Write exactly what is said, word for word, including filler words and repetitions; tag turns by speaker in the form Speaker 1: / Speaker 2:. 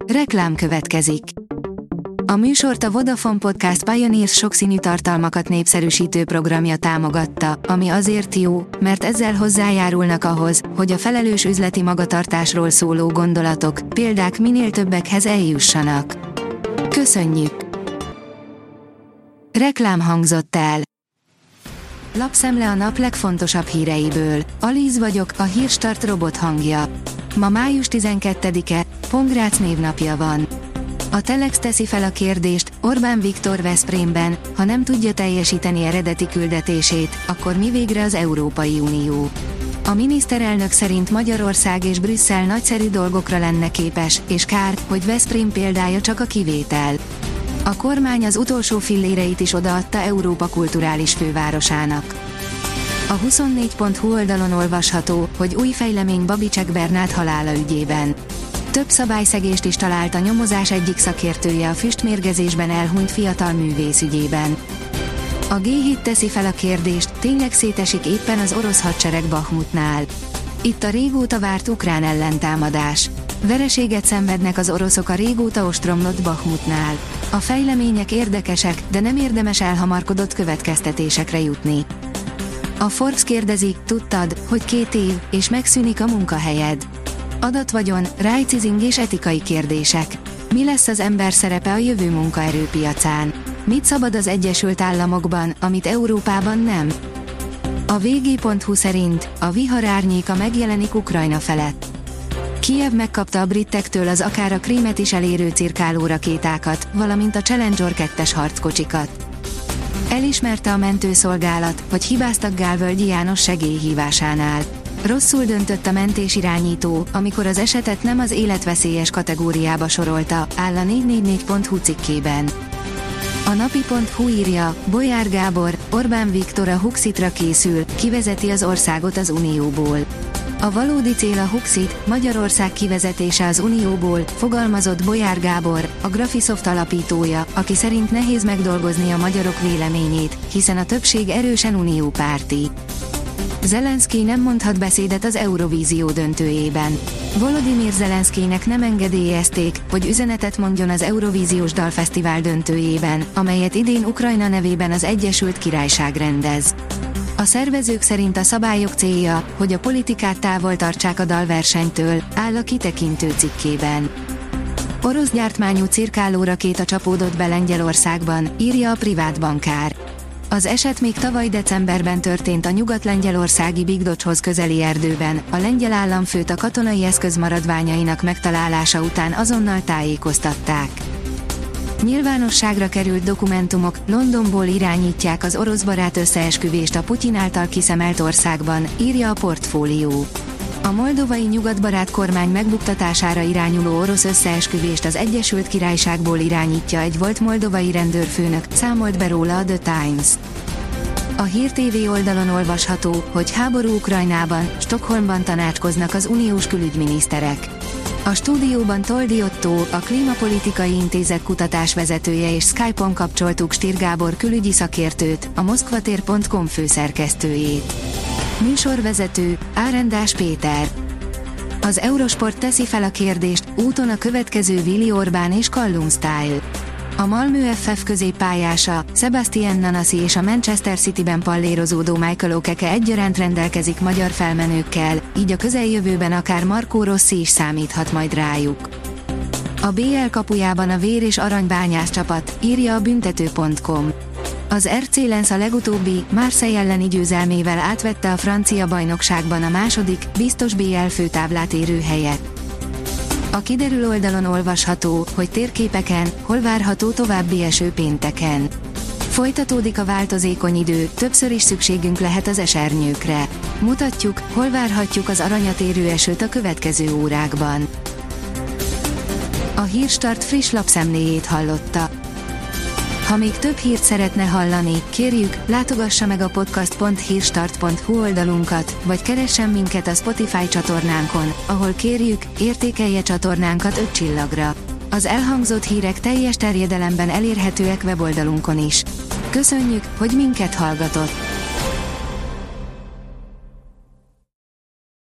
Speaker 1: Reklám következik. A műsort a Vodafone Podcast Pioneers sokszínű tartalmakat népszerűsítő programja támogatta, ami azért jó, mert ezzel hozzájárulnak ahhoz, hogy a felelős üzleti magatartásról szóló gondolatok, példák minél többekhez eljussanak. Köszönjük! Reklám hangzott el. Lapszemle a nap legfontosabb híreiből. Alíz vagyok, a Hírstart robot hangja. Ma május tizenkettedike, Pongrác névnapja van. A Telex teszi fel a kérdést, Orbán Viktor Veszprémben, ha nem tudja teljesíteni eredeti küldetését, akkor mi végre az Európai Unió? A miniszterelnök szerint Magyarország és Brüsszel nagyszerű dolgokra lenne képes, és kár, hogy Veszprém példája csak a kivétel. A kormány az utolsó filléreit is odaadta Európa kulturális fővárosának. A huszonnégy pont hu oldalon olvasható, hogy új fejlemény Babicek Bernát halála ügyében. Több szabályszegést is talált a nyomozás egyik szakértője a füstmérgezésben elhunyt fiatal művész ügyében. A gé hét teszi fel a kérdést, tényleg szétesik éppen az orosz hadsereg Bahmutnál. Itt a régóta várt ukrán ellentámadás. Vereséget szenvednek az oroszok a régóta ostromlott Bahmutnál. A fejlemények érdekesek, de nem érdemes elhamarkodott következtetésekre jutni. A Forbes kérdezi, tudtad, hogy két év, és megszűnik a munkahelyed? Adatvagyon, rightsizing és etikai kérdések. Mi lesz az ember szerepe a jövő munkaerőpiacán? Mit szabad az Egyesült Államokban, amit Európában nem? A vé gé pont hu szerint a vihar árnyéka megjelenik Ukrajna felett. Kijev megkapta a britektől az akár a Krímet is elérő cirkáló rakétákat, valamint a Challenger kettes harckocsikat. Elismerte a mentőszolgálat, hogy hibáztak Gálvölgyi János segélyhívásánál. Rosszul döntött a mentésirányító, amikor az esetet nem az életveszélyes kategóriába sorolta, áll a négy négy négy pont hu cikkében. A napi pont hu írja, Bolyár Gábor, Orbán Viktor a Huxitra készül, kivezeti az országot az Unióból. A valódi cél a Huxit, Magyarország kivezetése az Unióból, fogalmazott Bolyár Gábor, a Graphisoft alapítója, aki szerint nehéz megdolgozni a magyarok véleményét, hiszen a többség erősen uniópárti. Zelenszky nem mondhat beszédet az Eurovízió döntőjében. Volodymyr Zelenszkynek nem engedélyezték, hogy üzenetet mondjon az Eurovíziós Dalfesztivál döntőjében, amelyet idén Ukrajna nevében az Egyesült Királyság rendez. A szervezők szerint a szabályok célja, hogy a politikát távol tartsák a dalversenytől, áll a kitekintő cikkében. Orosz gyártmányú cirkáló rakéta csapódott be Lengyelországban, írja a privát bankár. Az eset még tavaly decemberben történt a nyugat-lengyelországi Bigdocshoz közeli erdőben, a lengyel államfőt a katonai eszköz maradványainak megtalálása után azonnal tájékoztatták. Nyilvánosságra került dokumentumok, Londonból irányítják az orosz barát összeesküvést a Putyin által kiszemelt országban, írja a Portfólió. A moldovai nyugatbarát kormány megbuktatására irányuló orosz összeesküvést az Egyesült Királyságból irányítja egy volt moldovai rendőrfőnök, számolt be róla a The Times. A Hír té vé oldalon olvasható, hogy háború Ukrajnában, Stockholmban tanácskoznak az uniós külügyminiszterek. A stúdióban Toldi Otto, a Klímapolitikai Intézet kutatásvezetője és Skype-on kapcsoltuk Stier Gábor külügyi szakértőt, a moszkvatér pont com főszerkesztőjét. Műsorvezető, Árendás Péter. Az Eurosport teszi fel a kérdést, úton a következő Willi Orbán és Callum Style. A Malmö ef ef középpályása, Sebastian Nanasi és a Manchester Cityben pallérozódó Michael Okeke egyaránt rendelkezik magyar felmenőkkel, így a közeljövőben akár Marco Rossi is számíthat majd rájuk. A bé el kapujában a vér és aranybányász csapat, írja a büntető pont com. Az er cé Lens a legutóbbi, Marseille elleni győzelmével átvette a francia bajnokságban a második, biztos bé el főtáblát érő helyet. A kiderül oldalon olvasható, hogy térképeken, hol várható további eső pénteken. Folytatódik a változékony idő, többször is szükségünk lehet az esernyőkre. Mutatjuk, hol várhatjuk az aranyat érő esőt a következő órákban. A Hírstart friss lapszemléjét hallotta. Ha még több hírt szeretne hallani, kérjük, látogassa meg a podcast pont hírstart pont hu oldalunkat, vagy keressen minket a Spotify csatornánkon, ahol kérjük, értékelje csatornánkat öt csillagra. Az elhangzott hírek teljes terjedelemben elérhetőek weboldalunkon is. Köszönjük, hogy minket hallgatott!